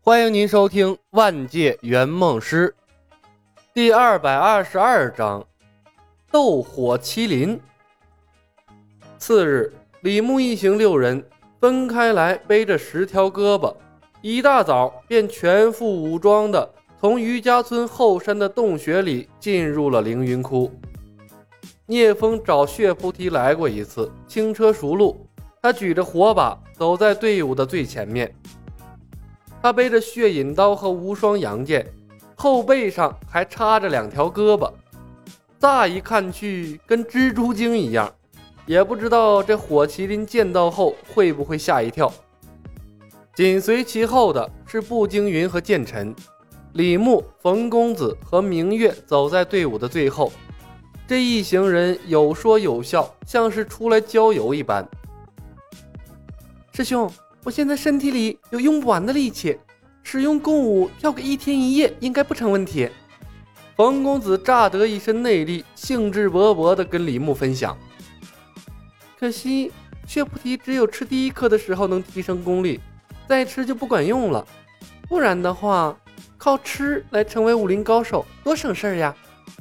欢迎您收听《万界圆梦师》第222章斗火麒麟。次日，李牧一行6人分开来，背着10条胳膊，一大早便全副武装的从余家村后山的洞穴里进入了凌云窟。聂风找血菩提来过一次，轻车熟路，他举着火把走在队伍的最前面。他背着血引刀和无双阳剑，后背上还插着2条胳膊，乍一看去跟蜘蛛精一样，也不知道这火麒麟见到后会不会吓一跳。紧随其后的是步惊云和剑尘，李牧、冯公子和明月走在队伍的最后。这一行人有说有笑，像是出来郊游一般。师兄，我现在身体里有用不完的力气，使用共舞跳个1天1夜应该不成问题。冯公子乍得一身内力，兴致勃勃地跟李牧分享。可惜血菩提只有吃第1颗的时候能提升功力，再吃就不管用了，不然的话靠吃来成为武林高手多省事呀。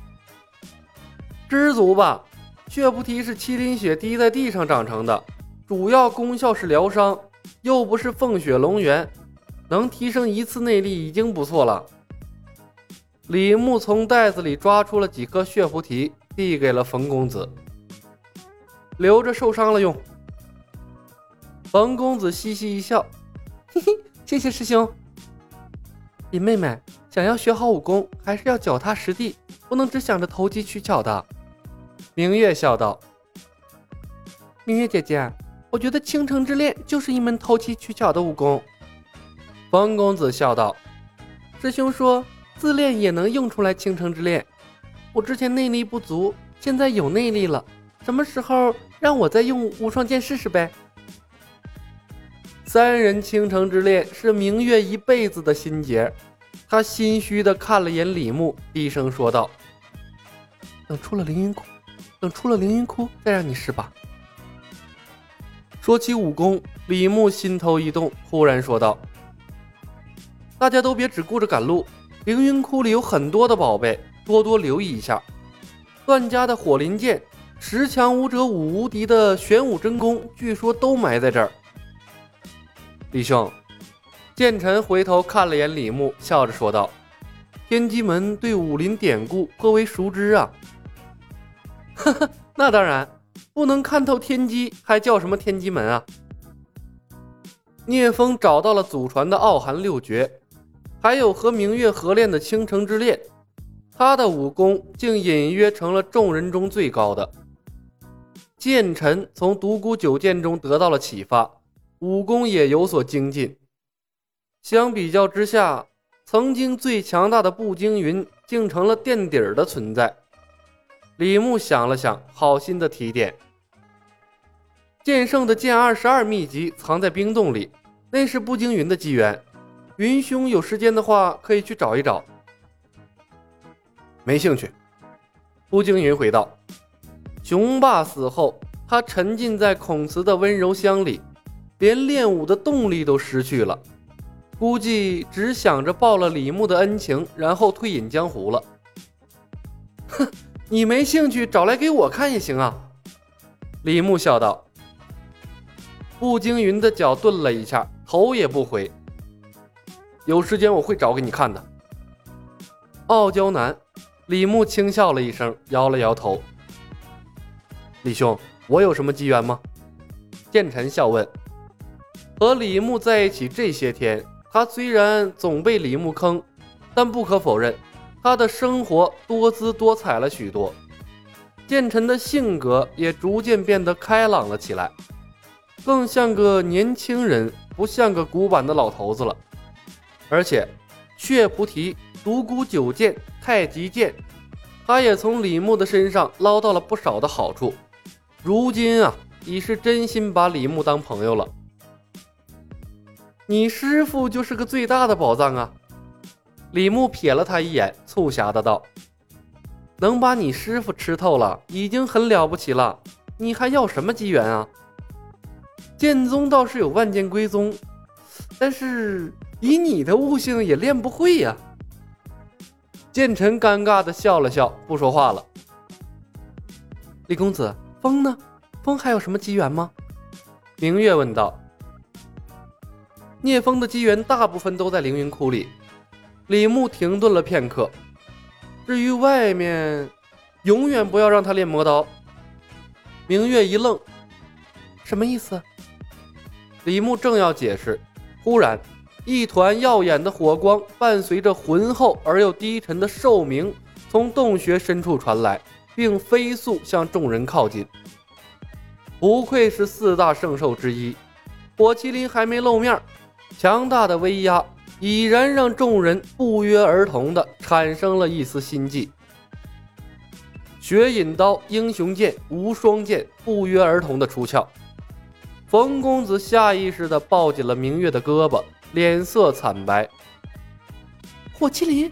知足吧，血菩提是麒麟血滴在地上长成的，主要功效是疗伤，又不是凤血龙源，能提升1次内力已经不错了。李牧从袋子里抓出了几颗血菩提，递给了冯公子，留着受伤了用。冯公子嘻嘻一笑，嘿嘿，谢谢师兄。林妹妹，想要学好武功，还是要脚踏实地，不能只想着投机取巧的。明月笑道。明月姐姐，我觉得倾城之恋就是一门投机取巧的武功。冯公子笑道。师兄说自恋也能用出来倾城之恋，我之前内力不足，现在有内力了，什么时候让我再用无双剑试试呗。3人倾城之恋是明月一辈子的心结，他心虚地看了眼李牧，低声说道，等出了凌云窟再让你试吧。说起武功，李牧心头一动，忽然说道，大家都别只顾着赶路，凌云窟里有很多的宝贝，多多留意一下。段家的火麟剑，10强武者5无敌的玄武真功，据说都埋在这儿。李兄，剑尘回头看了眼李牧，笑着说道，天机门对武林典故颇为熟知啊。哈哈，那当然，不能看透天机还叫什么天机门啊。聂风找到了祖传的傲寒6绝，还有和明月合练的倾城之恋，他的武功竟隐约成了众人中最高的。剑尘从独孤9剑中得到了启发，武功也有所精进。相比较之下，曾经最强大的步惊云竟成了垫底儿的存在。李牧想了想，好心的提点，剑圣的剑22秘籍藏在冰洞里，那是步惊云的机缘，云兄有时间的话可以去找一找。没兴趣，步惊云回道。雄霸死后，他沉浸在孔慈的温柔乡里，连练武的动力都失去了，估计只想着报了李牧的恩情，然后退隐江湖了。哼，你没兴趣找来给我看也行啊。李牧笑道。步惊云的脚顿了一下，头也不回。有时间我会找给你看的。傲娇男，李牧轻笑了一声，摇了摇头。李兄，我有什么机缘吗？剑尘笑问。和李牧在一起这些天，他虽然总被李牧坑，但不可否认，他的生活多姿多彩了许多。剑尘的性格也逐渐变得开朗了起来，更像个年轻人，不像个古板的老头子了。而且血菩提、独孤9剑、太极剑，他也从李牧的身上捞到了不少的好处。如今啊，已是真心把李牧当朋友了。你师父就是个最大的宝藏啊。李牧瞥了他一眼，促狭的道，能把你师父吃透了已经很了不起了，你还要什么机缘啊？剑宗倒是有万剑归宗，但是以你的悟性也练不会呀。剑臣尴尬地笑了笑，不说话了。李公子，风呢？风还有什么机缘吗？明月问道。聂风的机缘大部分都在凌云窟里。李牧停顿了片刻，至于外面，永远不要让他练魔刀。明月一愣，什么意思？李牧正要解释，忽然一团耀眼的火光伴随着浑厚而又低沉的兽鸣从洞穴深处传来，并飞速向众人靠近。不愧是四大圣兽之一，火麒麟还没露面，强大的威压已然让众人不约而同地产生了一丝心悸。雪隐刀、英雄剑、无双剑不约而同地出鞘。冯公子下意识地抱紧了明月的胳膊，脸色惨白。火麒麟，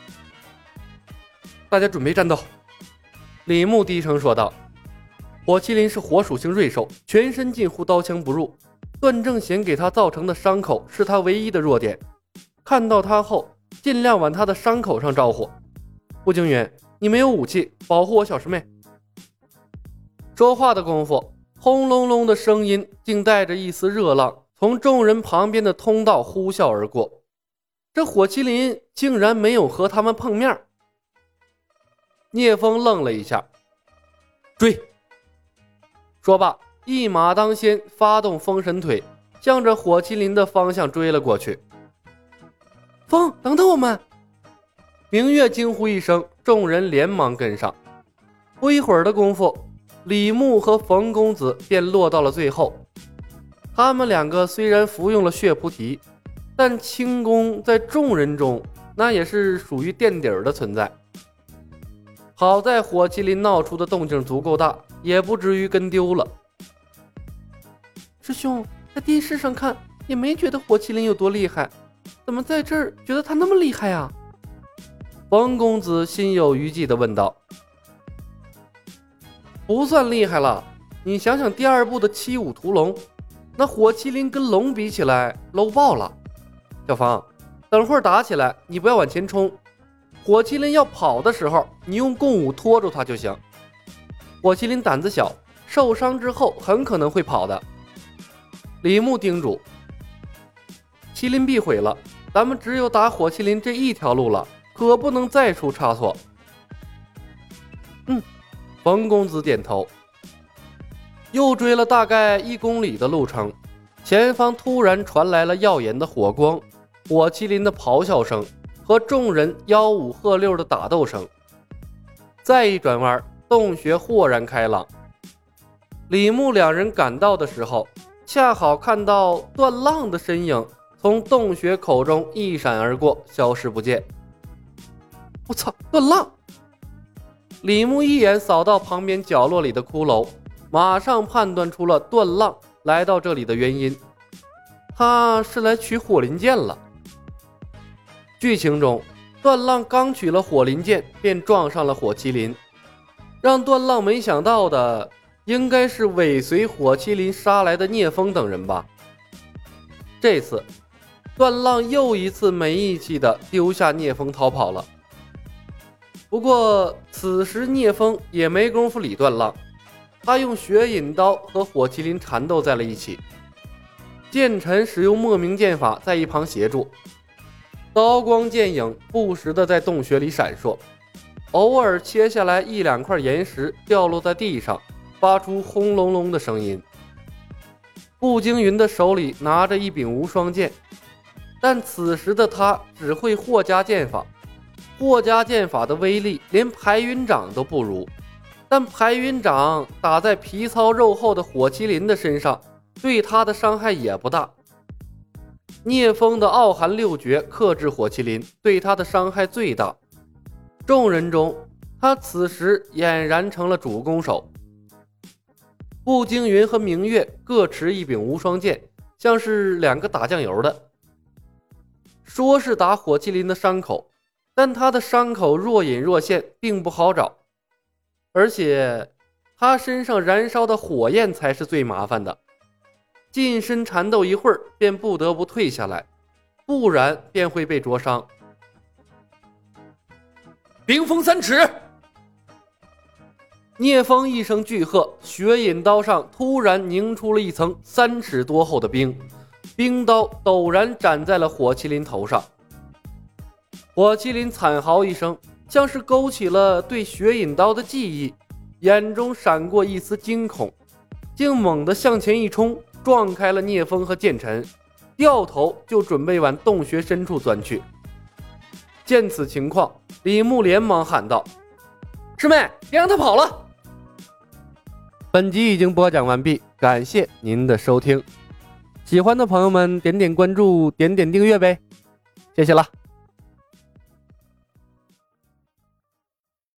大家准备战斗。李牧低声说道。火麒麟是火属性瑞兽，全身近乎刀枪不入，段正贤给他造成的伤口是他唯一的弱点，看到他后尽量往他的伤口上着火。步惊云，你没有武器，保护我小师妹。说话的功夫，轰隆隆的声音竟带着一丝热浪从众人旁边的通道呼啸而过。这火麒麟竟然没有和他们碰面。聂风愣了一下，追！说罢，一马当先，发动风神腿，向着火麒麟的方向追了过去。风，等等我们！明月惊呼一声，众人连忙跟上。不一会儿的功夫，李牧和冯公子便落到了最后。他们两个虽然服用了血菩提，但轻功在众人中那也是属于垫底儿的存在。好在火麒麟闹出的动静足够大，也不至于跟丢了。师兄，在电视上看也没觉得火麒麟有多厉害，怎么在这儿觉得他那么厉害啊？冯公子心有余悸地问道。不算厉害了，你想想第二部的七武屠龙，那火麒麟跟龙比起来 low 爆了。小芳，等会儿打起来你不要往前冲，火麒麟要跑的时候你用共舞拖住它就行。火麒麟胆子小，受伤之后很可能会跑的。李牧叮嘱。麒麟必毁了，咱们只有打火麒麟这一条路了，可不能再出差错。冯公子点头。又追了大概1公里的路程，前方突然传来了耀眼的火光、火麒麟的咆哮声和众人吆五喝六的打斗声。再一转弯，洞穴豁然开朗。李牧两人赶到的时候，恰好看到段浪的身影从洞穴口中一闪而过，消失不见。我操，段浪！李牧一眼扫到旁边角落里的骷髅，马上判断出了段浪来到这里的原因，他是来取火灵剑了。剧情中，段浪刚取了火灵剑，便撞上了火麒麟。让段浪没想到的，应该是尾随火麒麟杀来的聂风等人吧。这次，段浪又一次没义气地丢下聂风逃跑了。不过此时聂风也没工夫理段浪，他用血引刀和火麒麟缠斗在了一起。剑臣使用莫名剑法在一旁协助，刀光剑影不时地在洞穴里闪烁，偶尔切下来1-2块岩石掉落在地上，发出轰隆隆的声音。步惊云的手里拿着一柄无双剑，但此时的他只会霍家剑法，霍家剑法的威力连排云掌都不如，但排云掌打在皮糙肉厚的火麒麟的身上，对他的伤害也不大。聂风的傲寒六绝克制火麒麟，对他的伤害最大。众人中，他此时俨然成了主攻手。步惊云和明月各持一柄无双剑，像是2个打酱油的。说是打火麒麟的伤口，但他的伤口若隐若现，并不好找，而且他身上燃烧的火焰才是最麻烦的。近身缠斗一会儿，便不得不退下来。 不然便会被灼伤。冰封3尺！聂风一声巨喝，雪饮刀上突然凝出了一层3尺多厚的冰，冰刀陡然斩在了火麒麟头上。火麒麟惨嚎一声，像是勾起了对雪饮刀的记忆，眼中闪过一丝惊恐，竟猛地向前一冲，撞开了聂风和剑尘，掉头就准备往洞穴深处钻去。见此情况，李牧连忙喊道：“师妹，别让他跑了！”本集已经播讲完毕，感谢您的收听。喜欢的朋友们点点关注，点点订阅呗，谢谢了。